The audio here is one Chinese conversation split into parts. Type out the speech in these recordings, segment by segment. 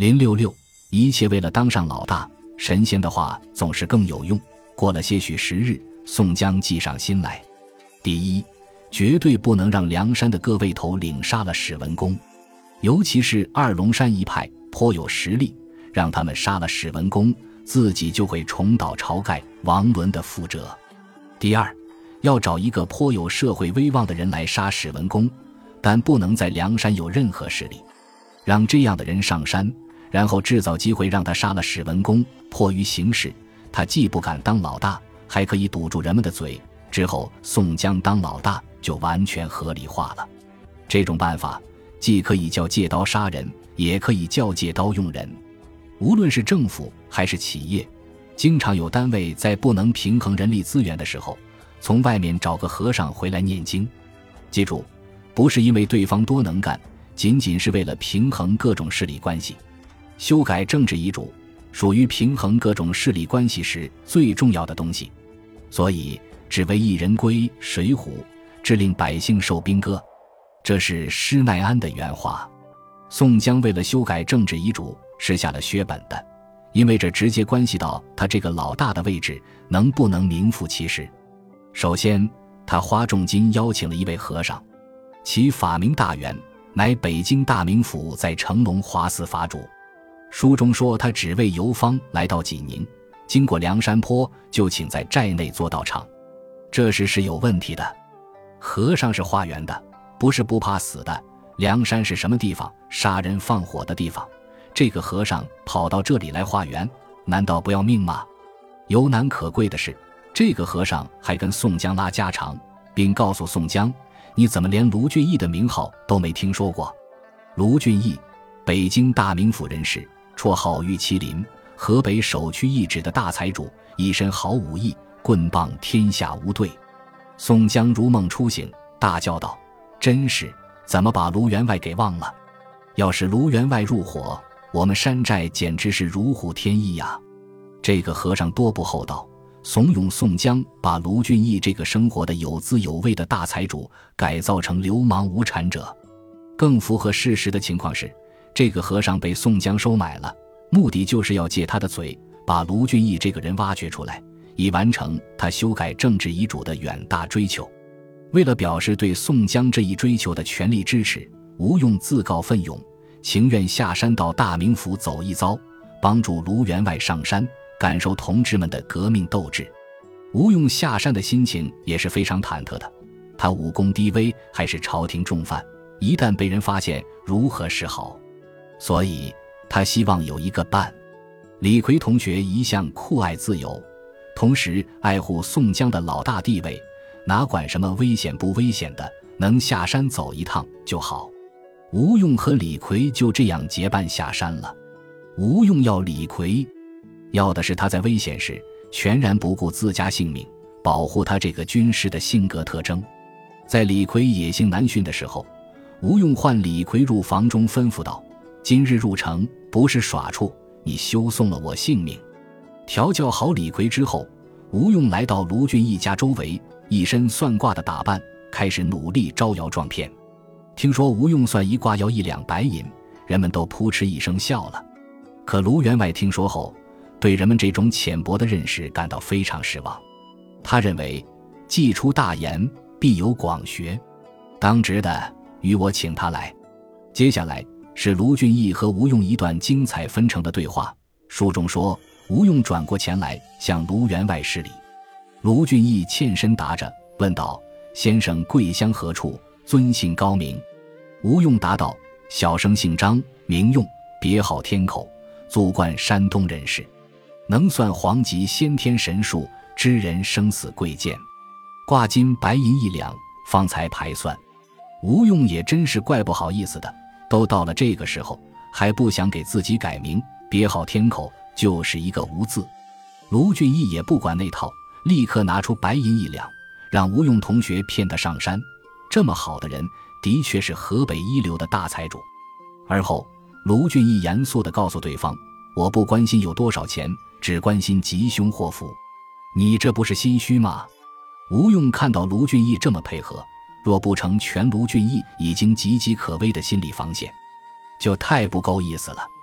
066一切为了当上老大，神仙的话总是更有用。过了些许时日，宋江计上心来。第一，绝对不能让梁山的各位头领杀了史文恭，尤其是二龙山一派颇有实力，让他们杀了史文恭，自己就会重蹈晁盖、王伦的覆辙。第二，要找一个颇有社会威望的人来杀史文恭，但不能在梁山有任何势力，让这样的人上山，然后制造机会让他杀了史文恭。迫于形势，他既不敢当老大，还可以堵住人们的嘴，之后宋江当老大就完全合理化了。这种办法既可以叫借刀杀人，也可以叫借刀用人。无论是政府还是企业，经常有单位在不能平衡人力资源的时候，从外面找个和尚回来念经。记住，不是因为对方多能干，仅仅是为了平衡各种势力关系。修改政治遗嘱属于平衡各种势力关系时最重要的东西，所以只为一人归，水浒致令百姓受兵戈，这是施耐庵的原话。宋江为了修改政治遗嘱是下了血本的，因为这直接关系到他这个老大的位置能不能名副其实。首先，他花重金邀请了一位和尚，其法名大元，乃北京大名府在成龙华寺法主。书中说他只为游方来到济宁，经过梁山坡就请在寨内做道场，这事是有问题的。和尚是化缘的，不是不怕死的。梁山是什么地方？杀人放火的地方，这个和尚跑到这里来化缘，难道不要命吗？尤难可贵的是，这个和尚还跟宋江拉家常，并告诉宋江，你怎么连卢俊义的名号都没听说过？卢俊义，北京大名府人士，绰号玉麒麟，河北首屈一指的大财主，一身好武艺，棍棒天下无对。宋江如梦初醒，大叫道，真是，怎么把卢员外给忘了？要是卢员外入伙，我们山寨简直是如虎添翼呀！这个和尚多不厚道，怂恿宋江把卢俊义这个生活的有滋有味的大财主改造成流氓无产者。更符合事实的情况是，这个和尚被宋江收买了，目的就是要借他的嘴把卢俊义这个人挖掘出来，以完成他修改政治遗嘱的远大追求。为了表示对宋江这一追求的全力支持，吴用自告奋勇，情愿下山到大名府走一遭，帮助卢员外上山，感受同志们的革命斗志。吴用下山的心情也是非常忐忑的，他武功低微，还是朝廷重犯，一旦被人发现，如何是好？所以他希望有一个伴。李逵同学一向酷爱自由，同时爱护宋江的老大地位，哪管什么危险不危险的，能下山走一趟就好。吴用和李逵就这样结伴下山了。吴用要李逵，要的是他在危险时全然不顾自家性命，保护他这个军师的性格特征。在李逵野性难驯的时候，吴用唤李逵入房中，吩咐道，今日入城不是耍处，你休送了我性命。调教好李逵之后，吴用来到卢俊义家周围，一身算卦的打扮，开始努力招摇撞骗。听说吴用算一卦要1两白银，人们都扑哧一声笑了。可卢员外听说后，对人们这种浅薄的认识感到非常失望。他认为既出大言，必有广学，当值的与我请他来。接下来是卢俊义和吴用一段精彩纷呈的对话。书中说，吴用转过前来向卢员外施礼，卢俊义欠身答着，问道，先生贵乡何处，尊姓高名？吴用答道，小生姓张，名用，别号天口，祖贯山东人士，能算黄极先天神术，知人生死贵贱，挂金白银1两，方才排算。吴用也真是怪不好意思的，都到了这个时候还不想给自己改名，别号天口就是一个无字。卢俊义也不管那套，立刻拿出白银1两，让吴用同学骗他上山。这么好的人，的确是河北一流的大财主。而后卢俊义严肃地告诉对方，我不关心有多少钱，只关心吉凶祸福。你这不是心虚吗？吴用看到卢俊义这么配合，若不成全卢俊义已经岌岌可危的心理防线，就太不够意思了。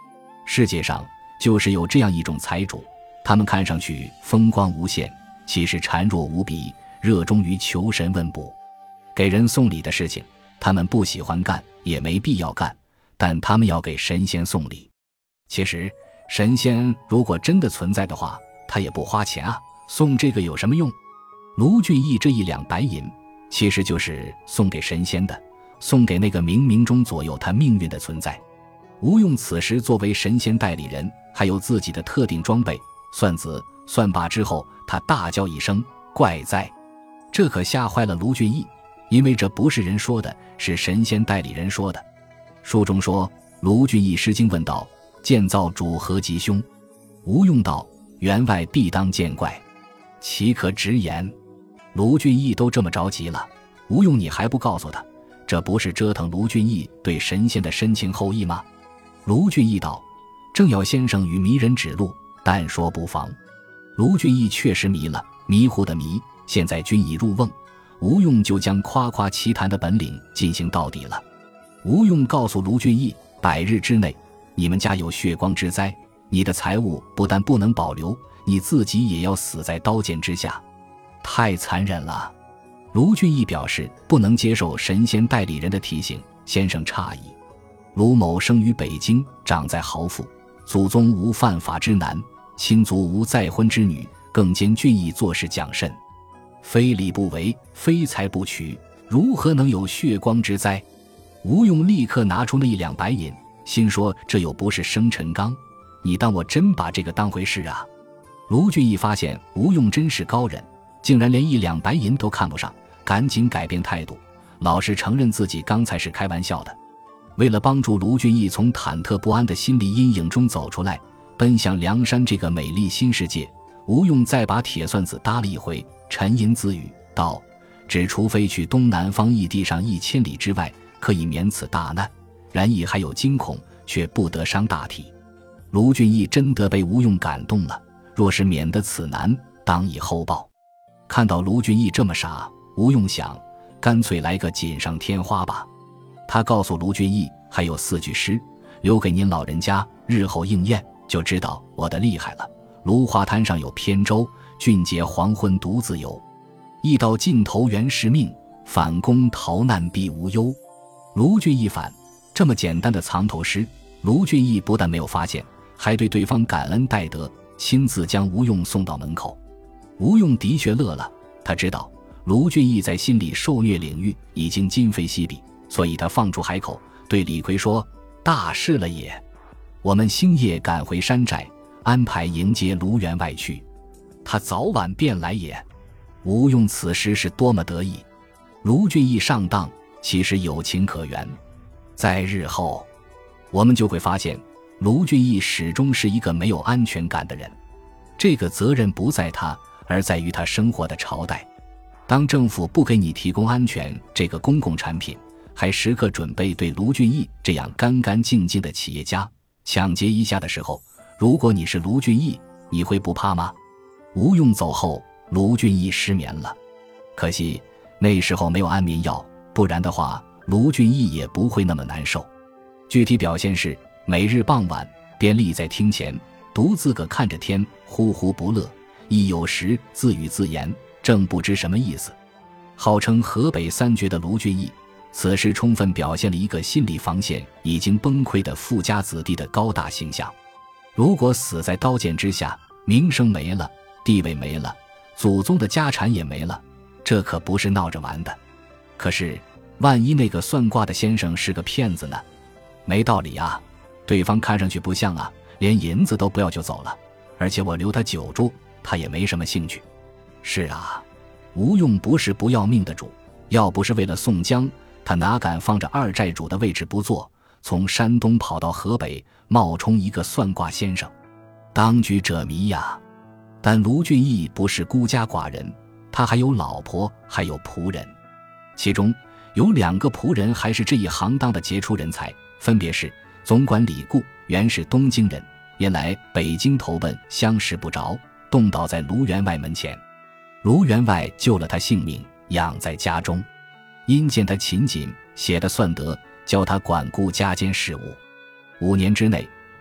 世界上就是有这样一种财主，他们看上去风光无限，其实孱弱无比，热衷于求神问卜。给人送礼的事情他们不喜欢干，也没必要干，但他们要给神仙送礼。其实神仙如果真的存在的话，他也不花钱啊，送这个有什么用？卢俊义这1两白银其实就是送给神仙的，送给那个冥冥中左右他命运的存在。吴用此时作为神仙代理人，还有自己的特定装备算子算罢之后，他大叫一声怪哉，这可吓坏了卢俊义，因为这不是人说的，是神仙代理人说的。书中说，卢俊义失惊问道，见造主何吉凶？吴用道，员外必当见怪，岂可直言？卢俊义都这么着急了，吴用你还不告诉他，这不是折腾卢俊义对神仙的深情厚谊吗？卢俊义道，正要先生与迷人指路，但说不妨。卢俊义确实迷了，迷糊的迷，现在均已入瓮，吴用就将夸夸其谈的本领进行到底了。吴用告诉卢俊义，100日之内，你们家有血光之灾，你的财物不但不能保留，你自己也要死在刀剑之下，太残忍了。卢俊义表示不能接受神仙代理人的提醒，先生诧异。卢某生于北京，长在豪富，祖宗无犯法之男，亲族无再婚之女，更兼俊义做事讲慎，非礼不为，非财不取，如何能有血光之灾？吴用立刻拿出那1两白银，心说这又不是生辰纲，你当我真把这个当回事啊？卢俊义发现吴用真是高人，竟然连1两白银都看不上，赶紧改变态度，老实承认自己刚才是开玩笑的。为了帮助卢俊义从忐忑不安的心理阴影中走出来，奔向梁山这个美丽新世界，吴用再把铁算子搭了一回，沉吟自语道，只除非去东南方异地上1000里之外，可以免此大难，然亦还有惊恐，却不得伤大体。卢俊义真的被吴用感动了，若是免得此难，当以后报。看到卢俊义这么傻，吴用想，干脆来个锦上添花吧。他告诉卢俊义，还有4句诗留给您老人家，日后应验就知道我的厉害了。芦花滩上有扁舟，俊杰黄昏独自游。一到尽头原是命，反攻逃难必无忧。卢俊义反，这么简单的藏头诗，卢俊义不但没有发现，还对对方感恩戴德，亲自将吴用送到门口。吴用的确乐了，他知道卢俊义在心理受虐领域已经今非昔比，所以他放出海口，对李逵说，大事了也，我们星夜赶回山寨，安排迎接卢员外去，他早晚便来也。吴用此时是多么得意。卢俊义上当，其实有情可原，在日后我们就会发现，卢俊义始终是一个没有安全感的人，这个责任不在他，而在于他生活的朝代。当政府不给你提供安全这个公共产品，还时刻准备对卢俊义这样干干净净的企业家抢劫一下的时候，如果你是卢俊义，你会不怕吗？吴用走后，卢俊义失眠了，可惜那时候没有安眠药，不然的话卢俊义也不会那么难受。具体表现是，每日傍晚便立在厅前，独自个看着天，呼呼不乐，亦有时自语自言，正不知什么意思。号称河北3绝的卢俊义，此时充分表现了一个心理防线已经崩溃的富家子弟的高大形象。如果死在刀剑之下，名声没了，地位没了，祖宗的家产也没了，这可不是闹着玩的。可是万一那个算卦的先生是个骗子呢？没道理啊，对方看上去不像啊，连银子都不要就走了，而且我留他久住，他也没什么兴趣。是啊，吴用不是不要命的主，要不是为了宋江，他哪敢放着二寨主的位置不做，从山东跑到河北冒充一个算卦先生，当局者迷呀。但卢俊义不是孤家寡人，他还有老婆，还有仆人，其中有2个仆人还是这一行当的杰出人才，分别是总管李固，原是东京人，因来北京投奔相识不着，冻倒在卢员外门前。卢员外救了他性命，养在家中，因见他勤谨，写的算得，教他管顾家间事务。5年之内，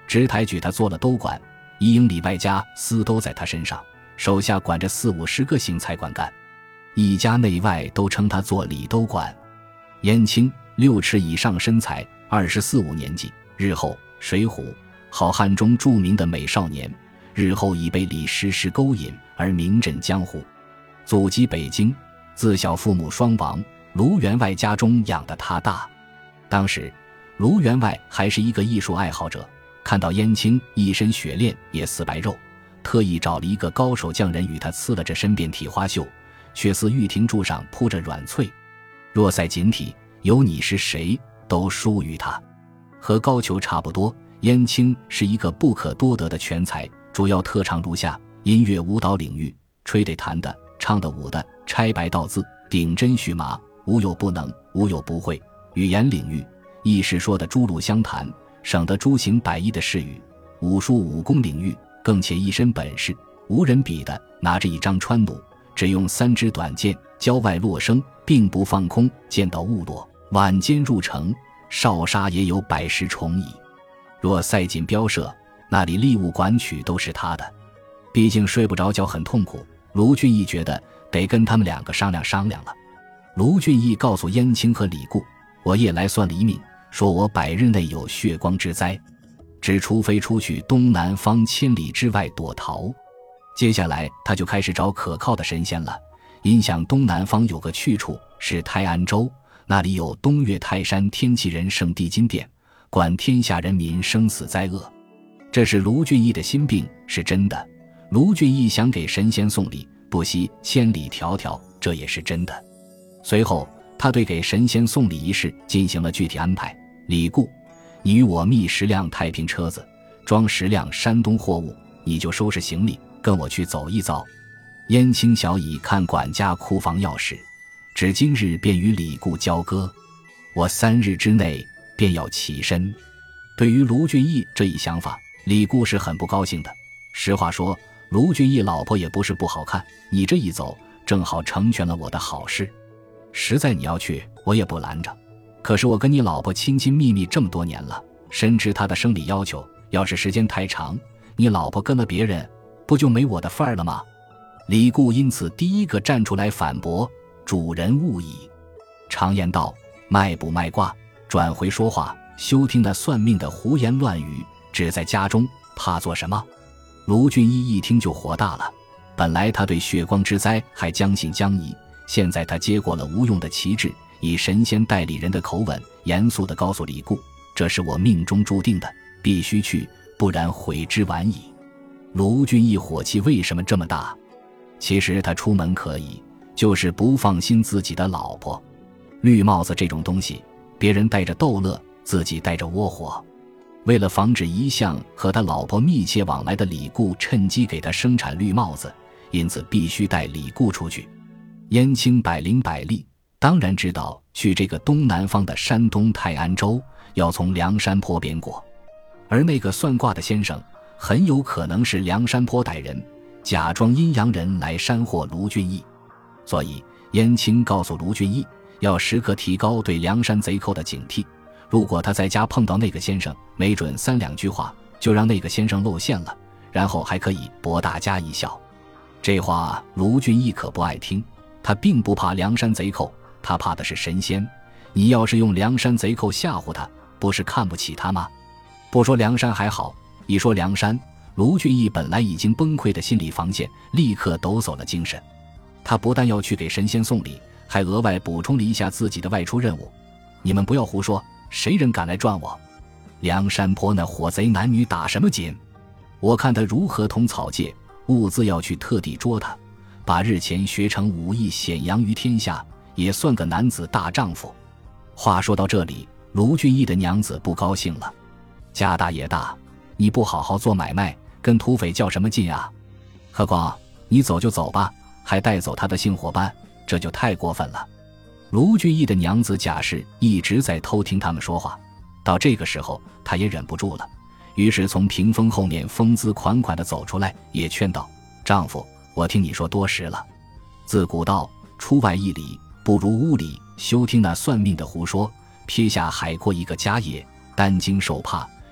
直抬举他做了都管，1英里外加司都在他身上，手下管着40-50个行才管干，一家内外都称他做李都管。燕青6尺以上身材，24-25年纪，日后水浒好汉中著名的美少年，日后已被李师师勾引而名震江湖。祖籍北京，自小父母双亡，卢员外家中养得他大。当时卢员外还是一个艺术爱好者，看到燕青一身雪练也似白肉，特意找了一个高手匠人与他刺了这身遍体花绣，却似玉亭柱上铺着软翠。若赛锦体，有你是谁都输于他。和高俅差不多，燕青是一个不可多得的全才，主要特长如下：音乐舞蹈领域，吹的弹的唱的舞的，拆白道字，顶针续麻，无有不能，无有不会。语言领域，一时说的诸路相谈，省得诸行百艺的事语。武术武功领域，更且一身本事，无人比的，拿着一张川弩，只用3支短箭，郊外落声，并不放空，箭到误落，晚间入城，少杀也有100-10重矣。若赛锦标射，那里立物管曲都是他的。毕竟睡不着觉很痛苦，卢俊义觉得得跟他们2个商量商量了。卢俊义告诉燕青和李固，我夜来算了一命，说我100日内有血光之灾，只除非出去东南方千里之外躲逃。接下来他就开始找可靠的神仙了，因想东南方有个去处是泰安州，那里有东岳泰山天齐人圣地金殿，管天下人民生死灾厄。这是卢俊义的心病，是真的。卢俊义想给神仙送礼，不惜千里迢迢，这也是真的。随后他对给神仙送礼一事进行了具体安排。李固，你与我觅10辆太平车子，装10辆山东货物，你就收拾行李跟我去走一遭。燕青小乙看管家库房钥匙，只今日便与李固交割，我3日之内便要起身。对于卢俊义这一想法，李固是很不高兴的。实话说，卢俊义老婆也不是不好看，你这一走正好成全了我的好事。实在你要去，我也不拦着，可是我跟你老婆亲亲密密这么多年了，深知她的生理要求，要是时间太长，你老婆跟了别人，不就没我的份儿了吗？李固因此第一个站出来反驳，主人误矣。常言道，卖卜卖卦，转回说话，休听那算命的胡言乱语，只在家中，怕做什么？卢俊义一听就火大了，本来他对血光之灾还将信将疑，现在他接过了无用的旗帜，以神仙代理人的口吻严肃地告诉李固，这是我命中注定的，必须去，不然悔之晚矣。卢俊义火气为什么这么大？其实他出门可以，就是不放心自己的老婆。绿帽子这种东西，别人戴着逗乐，自己戴着窝火。为了防止一向和他老婆密切往来的李固趁机给他生产绿帽子，因此必须带李固出去。燕青百灵百力，当然知道去这个东南方的山东泰安州要从梁山坡边过，而那个算卦的先生很有可能是梁山坡歹人，假装阴阳人来山祸卢俊义。所以燕青告诉卢俊义，要时刻提高对梁山贼寇的警惕，如果他在家碰到那个先生，没准3-2句话就让那个先生露馅了，然后还可以博大家一笑。这话卢俊义可不爱听，他并不怕梁山贼寇，他怕的是神仙。你要是用梁山贼寇吓唬他，不是看不起他吗？不说梁山还好，一说梁山，卢俊义本来已经崩溃的心理防线立刻抖擞了精神。他不但要去给神仙送礼，还额外补充了一下自己的外出任务。你们不要胡说，谁人敢来赚我？梁山坡那伙贼男女打什么紧？我看他如何同草芥，物资要去特地捉他，把日前学成武艺显扬于天下，也算个男子大丈夫。话说到这里，卢俊义的娘子不高兴了。家大业大，你不好好做买卖，跟土匪较什么劲啊？何况你走就走吧，还带走他的性伙伴，这就太过分了。卢俊义的娘子贾氏一直在偷听他们说话，到这个时候他也忍不住了，于是从屏风后面风姿款款地走出来，也劝道，丈夫，我听你说多时了，自古道出外1里不如屋里，休听那算命的胡说，撇下海阔一个家业，担惊受怕，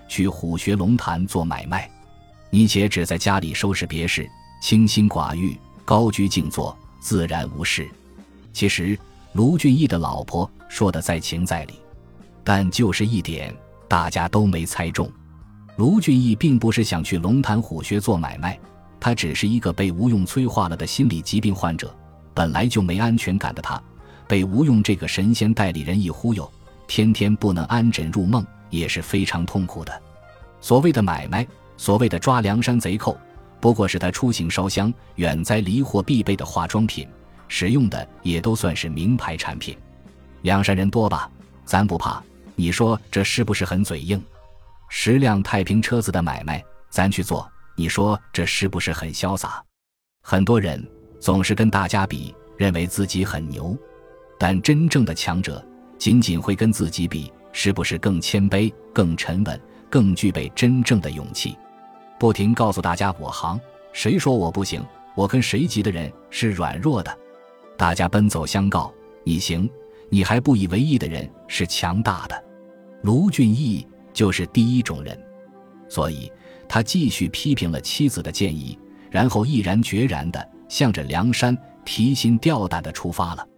去虎穴龙潭做买卖。你且只在家里收拾别事，清心寡欲，高居静坐，自然无事。其实卢俊义的老婆说的在情在理，但就是一点大家都没猜中。卢俊义并不是想去龙潭虎穴做买卖，他只是一个被吴用催化了的心理疾病患者，本来就没安全感的他，被吴用这个神仙代理人一忽悠，天天不能安枕入梦，也是非常痛苦的。所谓的买卖，所谓的抓梁山贼寇，不过是他出行烧香远灾离祸必备的化妆品，使用的也都算是名牌产品。梁山人多吧，咱不怕，你说这是不是很嘴硬？10辆太平车子的买卖咱去做，你说这是不是很潇洒？很多人总是跟大家比，认为自己很牛，但真正的强者仅仅会跟自己比，是不是更谦卑，更沉稳，更具备真正的勇气？不停告诉大家我行，谁说我不行，我跟谁急的人是软弱的。大家奔走相告，你行，你还不以为意的人是强大的。卢俊义就是第一种人，所以他继续批评了妻子的建议，然后毅然决然地向着梁山提心吊胆地出发了。